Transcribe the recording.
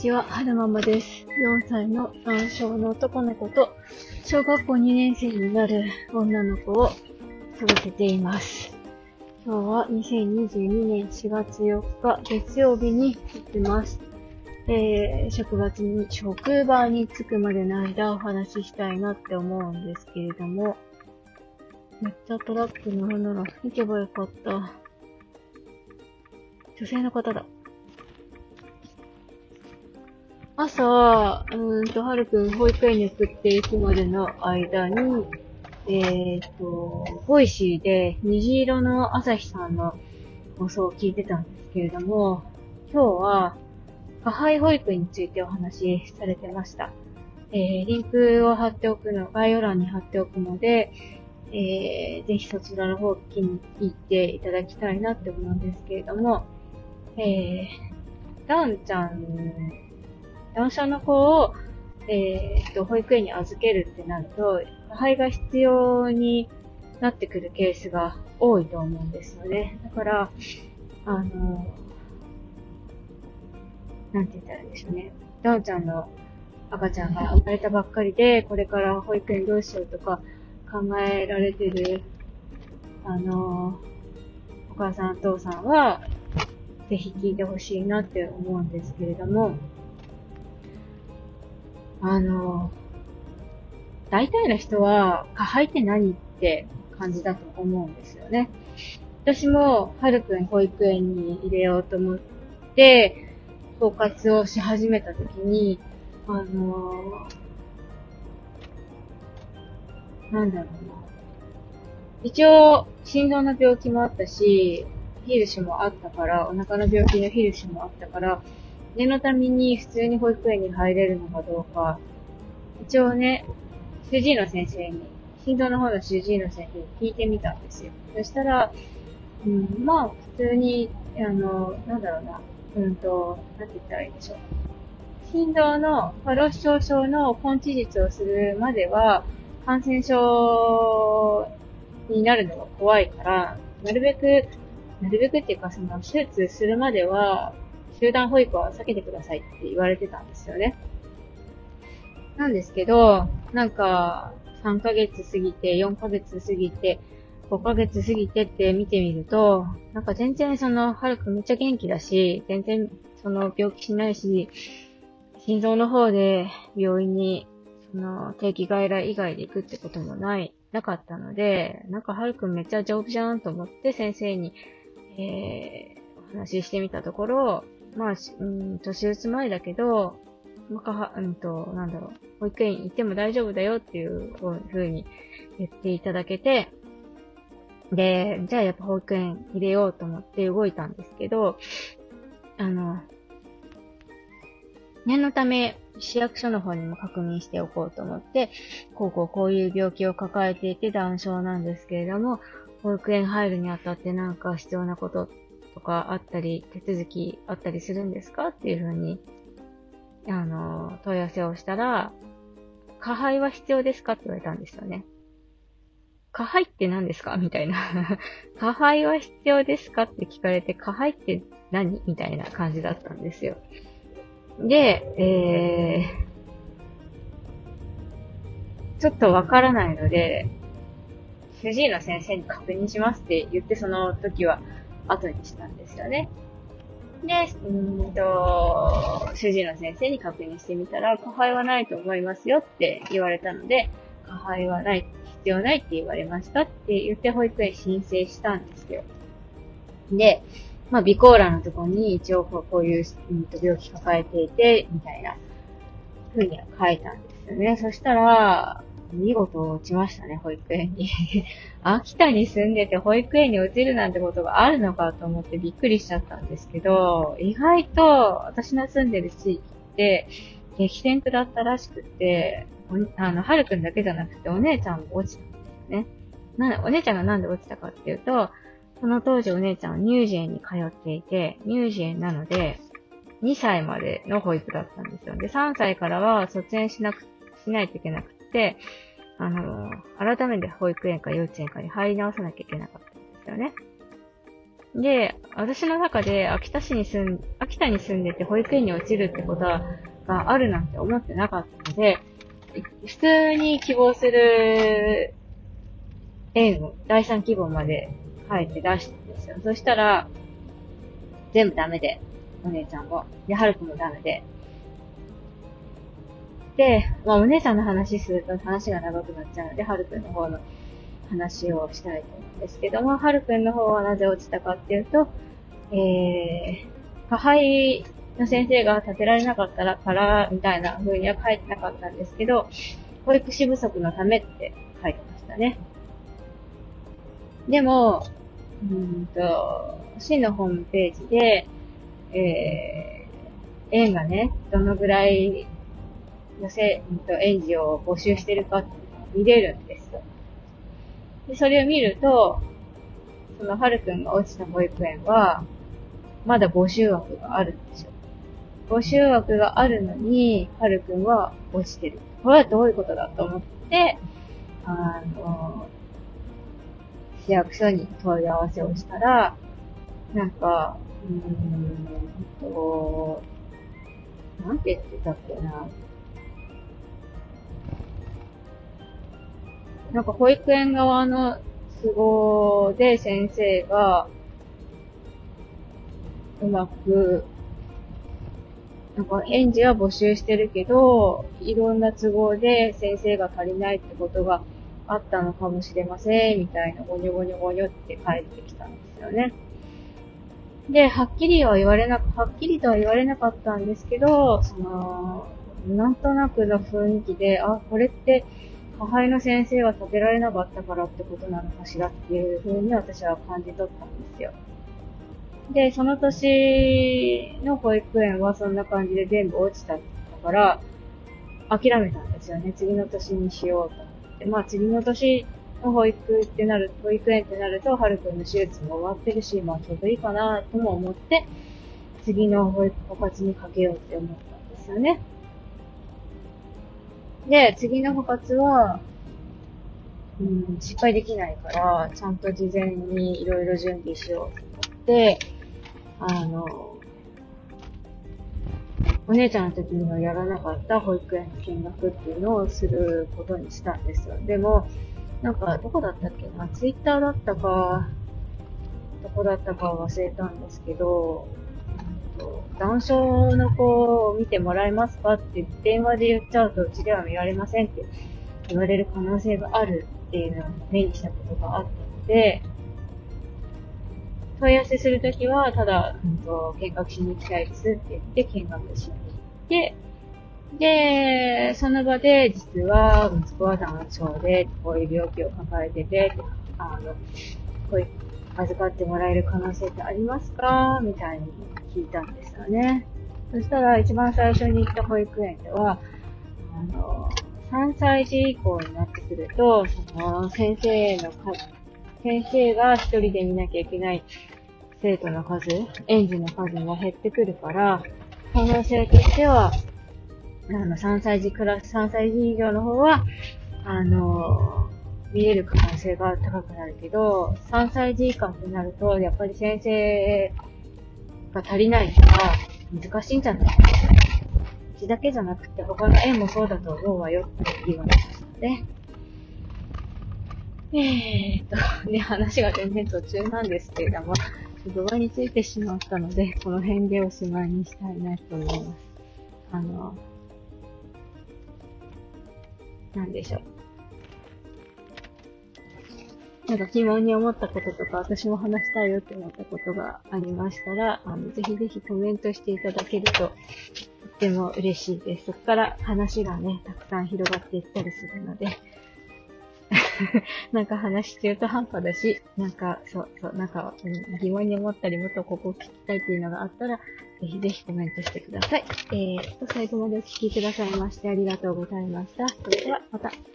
ちは、はるままです。4歳の男性の男の子と、小学校2年生になる女の子を育てています。今日は2022年4月4日月曜日に行ってます。職場に着くまでの間お話ししたいなって思うんですけれども、めっちゃトラック乗るなら行けばよかった。女性の方だ。朝、はるくん保育園に送っていくまでの間に、ボイシーで虹色の朝日さんの放送を聞いてたんですけれども、今日は、下配保育についてお話しされてました。リンクを概要欄に貼っておくので、ぜひそちらの方を聞いていただきたいなって思うんですけれども、ダンシャの子を、保育園に預けるってなると、下配が必要になってくるケースが多いと思うんですよね。だから、なんて言ったらいいんでしょうね。ダンちゃんの赤ちゃんが生まれたばっかりで、これから保育園どうしようとか考えられてる、お母さんお父さんは、ぜひ聞いてほしいなって思うんですけれども、大体の人は、下配って何って感じだと思うんですよね。私も、はるくん保育園に入れようと思って、包括をし始めたときに、なんだろうな。一応、心臓の病気もあったし、ヒルシもあったから、お腹の病気のヒルシもあったから、念のために普通に保育園に入れるのかどうか、一応ね、主治医の先生に、心臓の方の主治医の先生に聞いてみたんですよ。そしたら、まあ、普通に、なんだろうな、なんて言ったらいいんでしょう。心臓の過労死症症の根治術をするまでは、感染症になるのが怖いから、なるべくっていうか、手術するまでは、集団保育は避けてくださいって言われてたんですよね。なんですけど、なんか、3ヶ月過ぎて、4ヶ月過ぎて、5ヶ月過ぎてって見てみると、なんか全然はるくんめっちゃ元気だし、全然病気しないし、心臓の方で病院に、定期外来以外で行くってこともなかったので、なんかはるくんめっちゃ丈夫じゃんと思って先生に、お話ししてみたところ、まあ、手術前だけど、保育園行っても大丈夫だよっていう風に言っていただけて、で、じゃあやっぱ保育園入れようと思って動いたんですけど、念のため市役所の方にも確認しておこうと思って、こういう病気を抱えていてダウン症なんですけれども、保育園入るにあたってなんか必要なこととかあったり、手続きあったりするんですかっていう風に、問い合わせをしたら、下配は必要ですかって言われたんですよね。下配って何ですかみたいな。下配は必要ですかって聞かれて、下配って何みたいな感じだったんですよ。で、ちょっとわからないので、主治医の先生に確認しますって言って、その時は後にしたんですよね。で、主治医の先生に確認してみたら、下配はないと思いますよって言われたので、下配はない、必要ないって言われましたって言って保育園申請したんですよ。で、まあ、備考欄のところに一応こういう、病気抱えていて、みたいな風には書いたんですよね。そしたら、見事落ちましたね、保育園に。秋田に住んでて保育園に落ちるなんてことがあるのかと思ってびっくりしちゃったんですけど、意外と私の住んでる地域って激戦区だったらしくて、はるくんだけじゃなくてお姉ちゃんも落ちたんですよね。お姉ちゃんがなんで落ちたかっていうと、その当時お姉ちゃんは乳児園に通っていて、乳児園なので、2歳までの保育だったんですよ。で、3歳からは卒園しないといけなくて、改めて保育園か幼稚園かに入り直さなきゃいけなかったんですよね。 で、私の中で秋田に住んでて保育園に落ちるってことがあるなんて思ってなかったので、普通に希望する園を第3希望まで書いて出したんですよ。そしたら、全部ダメで、お姉ちゃんも。で、はるくんもダメで。で、お姉ちゃんの話すると話が長くなっちゃうので、はるくんの方の話をしたいと思うんですけども、はるくんの方はなぜ落ちたかっていうと、下配の先生が立てられなかったから、みたいな風には書いてなかったんですけど、保育士不足のためって書いてましたね。でも、市のホームページで、園がね、どのぐらい園児を募集してるかって見れるんですよ。で、それを見ると、そのはるくんが落ちた保育園は、まだ募集枠があるんですよ。募集枠があるのに、はるくんは落ちてる。これはどういうことだと思って、市役所に問い合わせをしたら、なんか、なんて言ってたっけな。なんか保育園側の都合で先生が、うまく、なんか園児は募集してるけど、いろんな都合で先生が足りないってことがあったのかもしれません、みたいなゴニョゴニョゴニョって返ってきたんですよね。で、はっきりとは言われなかったんですけど、なんとなくの雰囲気で、これって、下配の先生が立てられなかったからってことなのかしらっていう風に私は感じ取ったんですよ。で、その年の保育園はそんな感じで全部落ちたから、諦めたんですよね。次の年にしようと思って。次の年の保育園ってなると、はるくんの手術も終わってるし、ちょうどいいかなとも思って、次の保活にかけようって思ったんですよね。で、次の保活は、失敗できないから、ちゃんと事前にいろいろ準備しようと思って、お姉ちゃんの時にはやらなかった保育園の見学っていうのをすることにしたんですよ。でも、なんか、どこだったっけな、ツイッターだったか、どこだったか忘れたんですけど、男性の子を見てもらえますかって電話で言っちゃうと、うちでは見られませんって言われる可能性があるっていうのを目にしたことがあったので、問い合わせするときは、ただ、見学しに行きたいですって言って見学しに行って、で、その場で、実は、息子はダウン症で、こういう病気を抱えてて、預かってもらえる可能性ってありますかみたいに聞いたんですよね。そしたら、一番最初に行った保育園では、3歳児以降になってくると、先生が一人で見なきゃいけない生徒の数、園児の数が減ってくるから、可能性としては、3歳児以上の方は、見れる可能性が高くなるけど、3歳児以下ってなると、やっぱり先生が足りないから難しいんじゃないかな。うちだけじゃなくて他の園もそうだと思うわよって言われましたね。話が全然途中なんですけれども、動画についてしまったので、この辺でおしまいにしたいなと思います。なんでしょう。なんか疑問に思ったこととか、私も話したいよって思ったことがありましたら、ぜひぜひコメントしていただけると、とっても嬉しいです。そこから話がね、たくさん広がっていったりするので、なんか話中途半端だし、なんか疑問に思ったりもっとここ聞きたいっていうのがあったら、ぜひぜひコメントしてください。最後までお聞きくださいましてありがとうございました。それではまた。